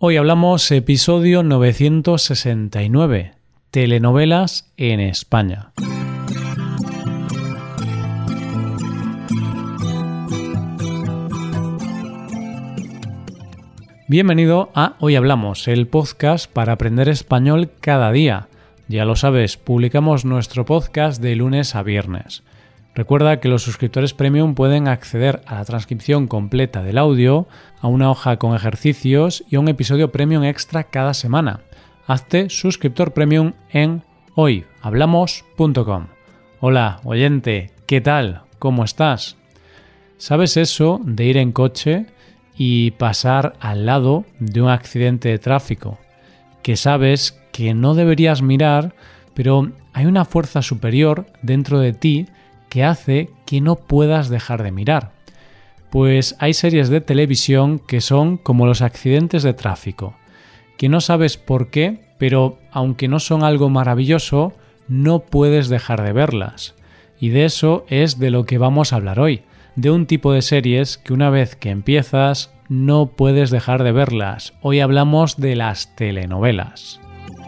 Hoy hablamos episodio 969, telenovelas en España. Bienvenido a Hoy Hablamos, el podcast para aprender español cada día. Ya lo sabes, publicamos nuestro podcast de lunes a viernes. Recuerda que los suscriptores premium pueden acceder a la transcripción completa del audio, a una hoja con ejercicios y a un episodio premium extra cada semana. Hazte suscriptor premium en hoyhablamos.com. Hola, oyente, ¿qué tal? ¿Cómo estás? ¿Sabes eso de ir en coche y pasar al lado de un accidente de tráfico? Que sabes que no deberías mirar, pero hay una fuerza superior dentro de ti que hace que no puedas dejar de mirar. Pues hay series de televisión que son como los accidentes de tráfico, que no sabes por qué, pero aunque no son algo maravilloso, no puedes dejar de verlas. Y de eso es de lo que vamos a hablar hoy, de un tipo de series que una vez que empiezas no puedes dejar de verlas. Hoy hablamos de las telenovelas.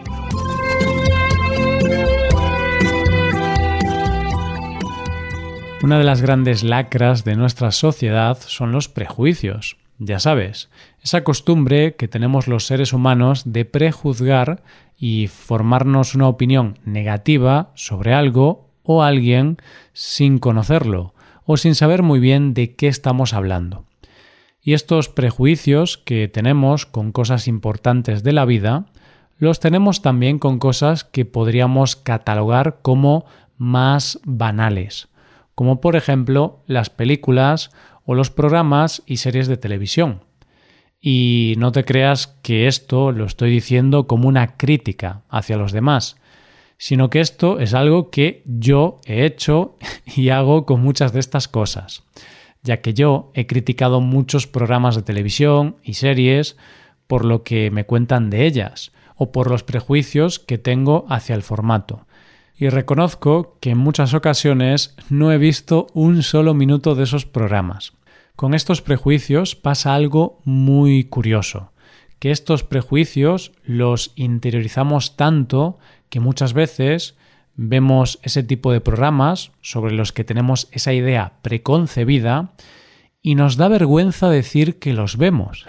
Una de las grandes lacras de nuestra sociedad son los prejuicios. Ya sabes, esa costumbre que tenemos los seres humanos de prejuzgar y formarnos una opinión negativa sobre algo o alguien sin conocerlo o sin saber muy bien de qué estamos hablando. Y estos prejuicios que tenemos con cosas importantes de la vida, los tenemos también con cosas que podríamos catalogar como más banales, como por ejemplo las películas o los programas y series de televisión. Y no te creas que esto lo estoy diciendo como una crítica hacia los demás, sino que esto es algo que yo he hecho y hago con muchas de estas cosas, ya que yo he criticado muchos programas de televisión y series por lo que me cuentan de ellas o por los prejuicios que tengo hacia el formato. Y reconozco que en muchas ocasiones no he visto un solo minuto de esos programas. Con estos prejuicios pasa algo muy curioso, que estos prejuicios los interiorizamos tanto que muchas veces vemos ese tipo de programas sobre los que tenemos esa idea preconcebida y nos da vergüenza decir que los vemos.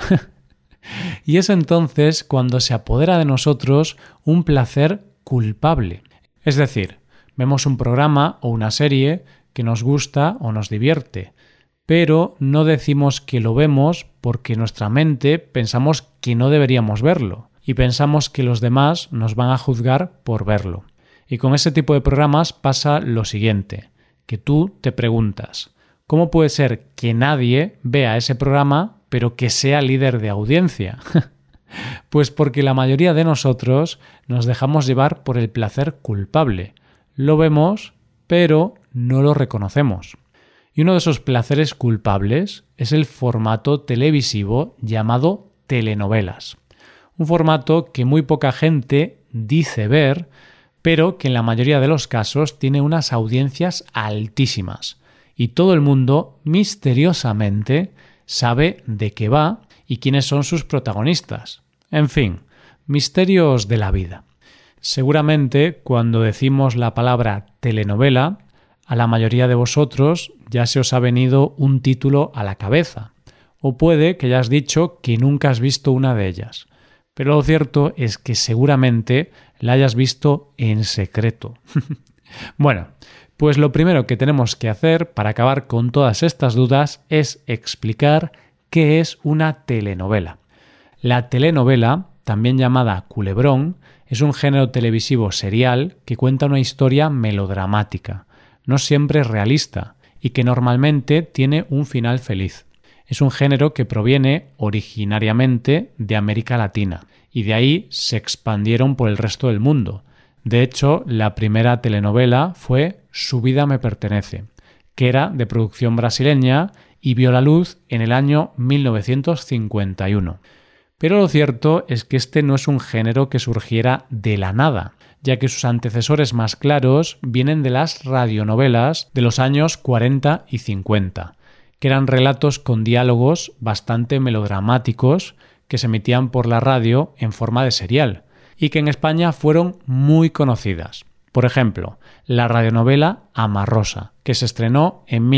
Y es entonces cuando se apodera de nosotros un placer culpable. Es decir, vemos un programa o una serie que nos gusta o nos divierte, pero no decimos que lo vemos porque en nuestra mente pensamos que no deberíamos verlo y pensamos que los demás nos van a juzgar por verlo. Y con ese tipo de programas pasa lo siguiente, que tú te preguntas, ¿cómo puede ser que nadie vea ese programa pero que sea líder de audiencia? Pues porque la mayoría de nosotros nos dejamos llevar por el placer culpable. Lo vemos, pero no lo reconocemos. Y uno de esos placeres culpables es el formato televisivo llamado telenovelas. Un formato que muy poca gente dice ver, pero que en la mayoría de los casos tiene unas audiencias altísimas. Y todo el mundo, misteriosamente, sabe de qué va y quiénes son sus protagonistas. En fin, misterios de la vida. Seguramente, cuando decimos la palabra telenovela, a la mayoría de vosotros ya se os ha venido un título a la cabeza. O puede que hayas dicho que nunca has visto una de ellas. Pero lo cierto es que seguramente la hayas visto en secreto. Bueno, pues lo primero que tenemos que hacer para acabar con todas estas dudas es explicar qué es una telenovela. La telenovela, también llamada culebrón, es un género televisivo serial que cuenta una historia melodramática, no siempre realista, y que normalmente tiene un final feliz. Es un género que proviene originariamente de América Latina, y de ahí se expandieron por el resto del mundo. De hecho, la primera telenovela fue Su vida me pertenece, que era de producción brasileña y vio la luz en el año 1951. Pero lo cierto es que este no es un género que surgiera de la nada, ya que sus antecesores más claros vienen de las radionovelas de los años 40 y 50, que eran relatos con diálogos bastante melodramáticos que se emitían por la radio en forma de serial y que en España fueron muy conocidas. Por ejemplo, la radionovela Ama Rosa, que se estrenó en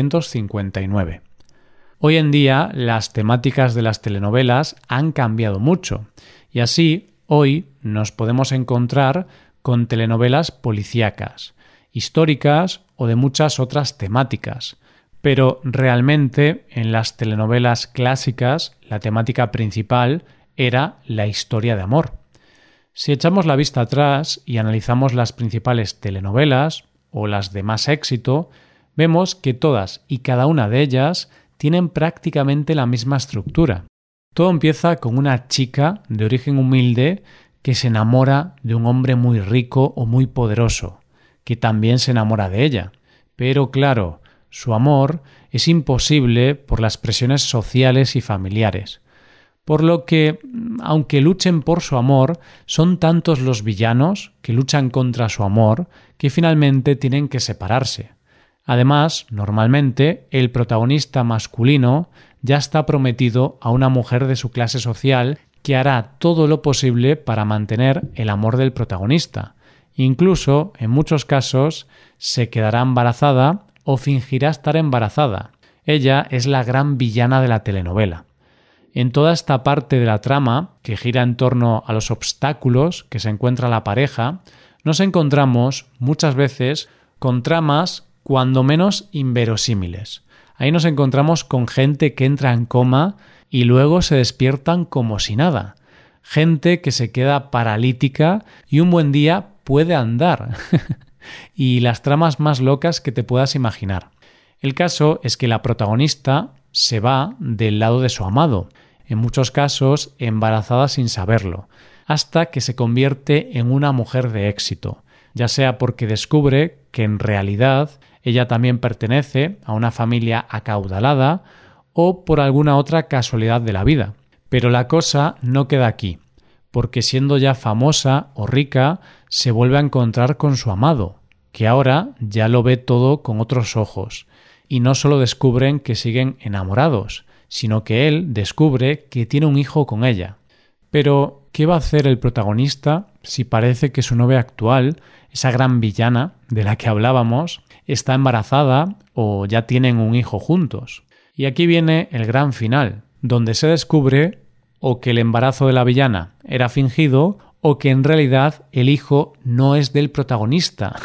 1959. Hoy en día las temáticas de las telenovelas han cambiado mucho y así hoy nos podemos encontrar con telenovelas policíacas, históricas o de muchas otras temáticas. Pero realmente en las telenovelas clásicas la temática principal era la historia de amor. Si echamos la vista atrás y analizamos las principales telenovelas o las de más éxito, vemos que todas y cada una de ellas tienen prácticamente la misma estructura. Todo empieza con una chica de origen humilde que se enamora de un hombre muy rico o muy poderoso, que también se enamora de ella. Pero claro, su amor es imposible por las presiones sociales y familiares. Por lo que, aunque luchen por su amor, son tantos los villanos que luchan contra su amor que finalmente tienen que separarse. Además, normalmente, el protagonista masculino ya está prometido a una mujer de su clase social que hará todo lo posible para mantener el amor del protagonista. Incluso, en muchos casos, se quedará embarazada o fingirá estar embarazada. Ella es la gran villana de la telenovela. En toda esta parte de la trama, que gira en torno a los obstáculos que se encuentra la pareja, nos encontramos muchas veces con tramas cuando menos inverosímiles. Ahí nos encontramos con gente que entra en coma y luego se despiertan como si nada. Gente que se queda paralítica y un buen día puede andar. Y las tramas más locas que te puedas imaginar. El caso es que la protagonista se va del lado de su amado, en muchos casos embarazada sin saberlo, hasta que se convierte en una mujer de éxito, ya sea porque descubre que en realidad ella también pertenece a una familia acaudalada o por alguna otra casualidad de la vida. Pero la cosa no queda aquí, porque siendo ya famosa o rica, se vuelve a encontrar con su amado, que ahora ya lo ve todo con otros ojos. Y no solo descubren que siguen enamorados, sino que él descubre que tiene un hijo con ella. Pero, ¿qué va a hacer el protagonista si parece que su novia actual, esa gran villana de la que hablábamos, está embarazada o ya tienen un hijo juntos? Y aquí viene el gran final, donde se descubre o que el embarazo de la villana era fingido o que en realidad el hijo no es del protagonista.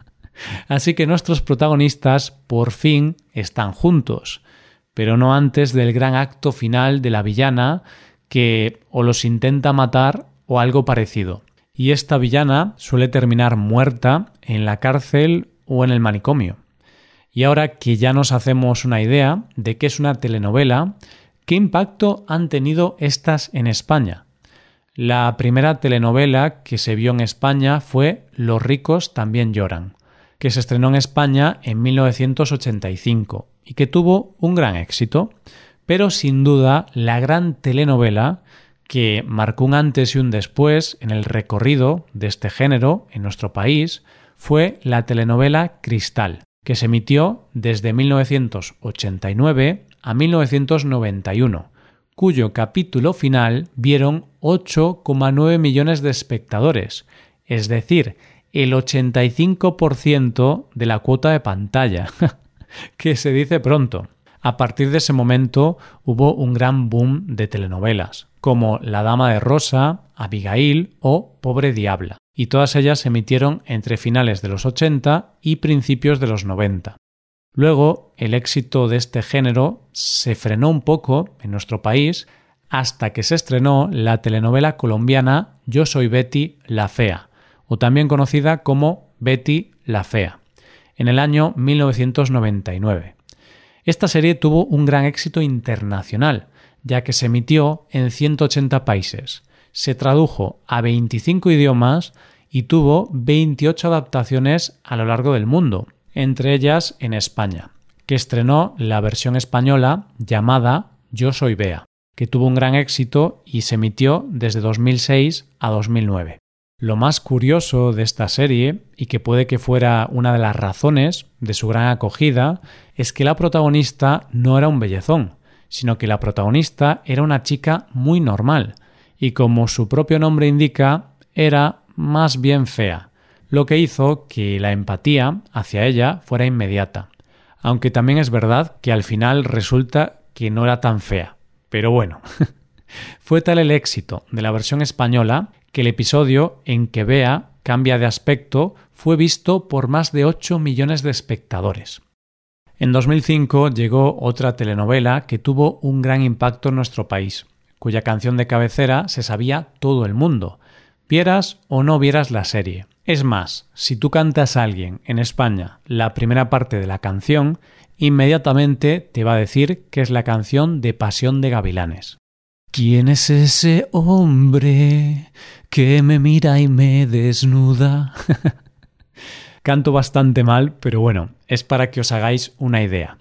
Así que nuestros protagonistas por fin están juntos, pero no antes del gran acto final de la villana que o los intenta matar o algo parecido. Y esta villana suele terminar muerta en la cárcel o en el manicomio. Y ahora que ya nos hacemos una idea de qué es una telenovela, ¿qué impacto han tenido estas en España? La primera telenovela que se vio en España fue Los ricos también lloran, que se estrenó en España en 1985 y que tuvo un gran éxito, pero sin duda la gran telenovela que marcó un antes y un después en el recorrido de este género en nuestro país fue la telenovela Cristal, que se emitió desde 1989 a 1991, cuyo capítulo final vieron 8,9 millones de espectadores, es decir, el 85% de la cuota de pantalla, que se dice pronto. A partir de ese momento hubo un gran boom de telenovelas, como La Dama de Rosa, Abigail o Pobre Diabla, y todas ellas se emitieron entre finales de los 80 y principios de los 90. Luego, el éxito de este género se frenó un poco en nuestro país hasta que se estrenó la telenovela colombiana Yo soy Betty la Fea, o también conocida como Betty la Fea, en el año 1999. Esta serie tuvo un gran éxito internacional, ya que se emitió en 180 países, se tradujo a 25 idiomas y tuvo 28 adaptaciones a lo largo del mundo, entre ellas en España, que estrenó la versión española llamada Yo soy Bea, que tuvo un gran éxito y se emitió desde 2006 a 2009. Lo más curioso de esta serie, y que puede que fuera una de las razones de su gran acogida, es que la protagonista no era un bellezón, sino que la protagonista era una chica muy normal y, como su propio nombre indica, era más bien fea, lo que hizo que la empatía hacia ella fuera inmediata. Aunque también es verdad que al final resulta que no era tan fea. Pero bueno, fue tal el éxito de la versión española que el episodio en que Bea cambia de aspecto fue visto por más de 8 millones de espectadores. En 2005 llegó otra telenovela que tuvo un gran impacto en nuestro país, cuya canción de cabecera se sabía todo el mundo, vieras o no vieras la serie. Es más, si tú cantas a alguien en España la primera parte de la canción, inmediatamente te va a decir que es la canción de Pasión de Gavilanes. ¿Quién es ese hombre que me mira y me desnuda? Canto bastante mal, pero bueno, es para que os hagáis una idea.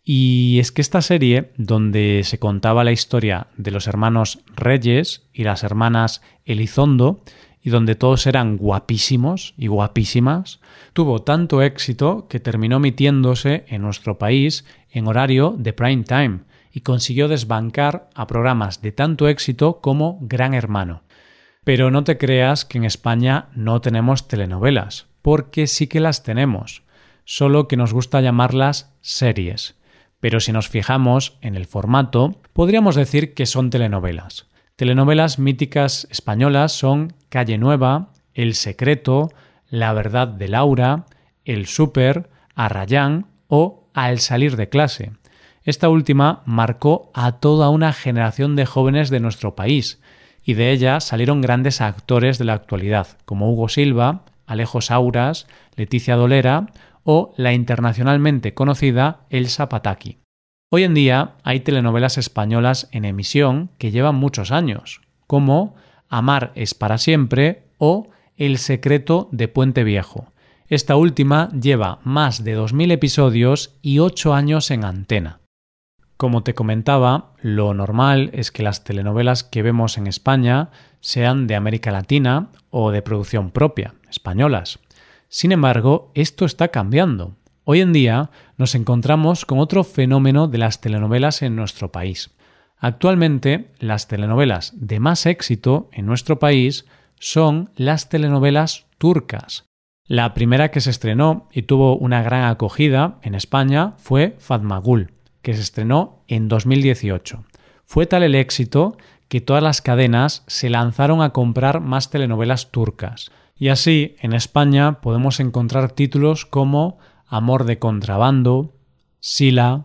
Y es que esta serie, donde se contaba la historia de los hermanos Reyes y las hermanas Elizondo, y donde todos eran guapísimos y guapísimas, tuvo tanto éxito que terminó emitiéndose en nuestro país en horario de prime time y consiguió desbancar a programas de tanto éxito como Gran Hermano. Pero no te creas que en España no tenemos telenovelas, porque sí que las tenemos, solo que nos gusta llamarlas series. Pero si nos fijamos en el formato, podríamos decir que son telenovelas. Telenovelas míticas españolas son Calle Nueva, El Secreto, La Verdad de Laura, El Súper, Arrayán o Al Salir de Clase. Esta última marcó a toda una generación de jóvenes de nuestro país y de ella salieron grandes actores de la actualidad como Hugo Silva, Alejo Sauras, Leticia Dolera o la internacionalmente conocida Elsa Pataky. Hoy en día hay telenovelas españolas en emisión que llevan muchos años, como Amar es para siempre o El secreto de Puente Viejo. Esta última lleva más de 2000 episodios y 8 años en antena. Como te comentaba, lo normal es que las telenovelas que vemos en España sean de América Latina o de producción propia, españolas. Sin embargo, esto está cambiando. Hoy en día nos encontramos con otro fenómeno de las telenovelas en nuestro país. Actualmente, las telenovelas de más éxito en nuestro país son las telenovelas turcas. La primera que se estrenó y tuvo una gran acogida en España fue Fatma Gul, que se estrenó en 2018. Fue tal el éxito que todas las cadenas se lanzaron a comprar más telenovelas turcas. Y así, en España podemos encontrar títulos como Amor de contrabando, Sila,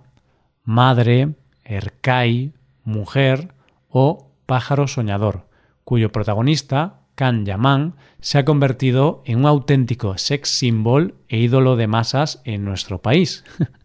Madre, Ercay, Mujer o Pájaro soñador, cuyo protagonista, Can Yaman, se ha convertido en un auténtico sex symbol e ídolo de masas en nuestro país.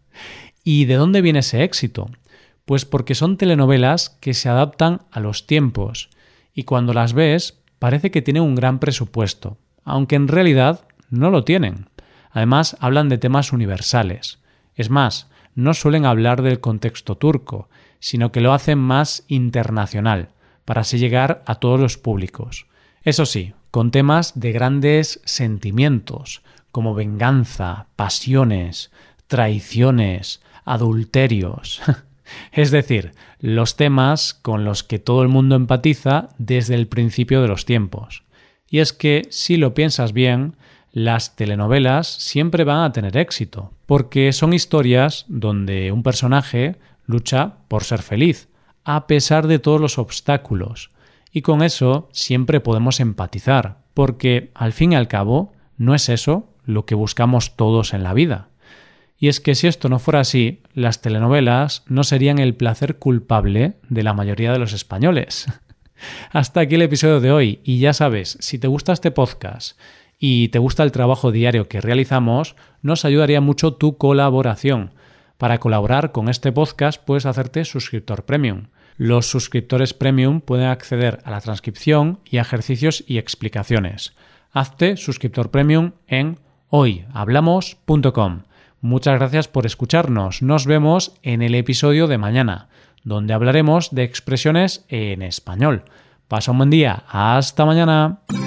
¿Y de dónde viene ese éxito? Pues porque son telenovelas que se adaptan a los tiempos y cuando las ves parece que tienen un gran presupuesto, aunque en realidad no lo tienen. Además, hablan de temas universales. Es más, no suelen hablar del contexto turco, sino que lo hacen más internacional, para así llegar a todos los públicos. Eso sí, con temas de grandes sentimientos, como venganza, pasiones, traiciones, adulterios. Es decir, los temas con los que todo el mundo empatiza desde el principio de los tiempos. Y es que, si lo piensas bien, las telenovelas siempre van a tener éxito, porque son historias donde un personaje lucha por ser feliz, a pesar de todos los obstáculos. Y con eso siempre podemos empatizar, porque al fin y al cabo no es eso lo que buscamos todos en la vida. Y es que si esto no fuera así, las telenovelas no serían el placer culpable de la mayoría de los españoles. Hasta aquí el episodio de hoy, y ya sabes, si te gusta este podcast y te gusta el trabajo diario que realizamos, nos ayudaría mucho tu colaboración. Para colaborar con este podcast puedes hacerte suscriptor premium. Los suscriptores premium pueden acceder a la transcripción y a ejercicios y explicaciones. Hazte suscriptor premium en hoyhablamos.com. Muchas gracias por escucharnos. Nos vemos en el episodio de mañana, donde hablaremos de expresiones en español. Pasa un buen día. Hasta mañana.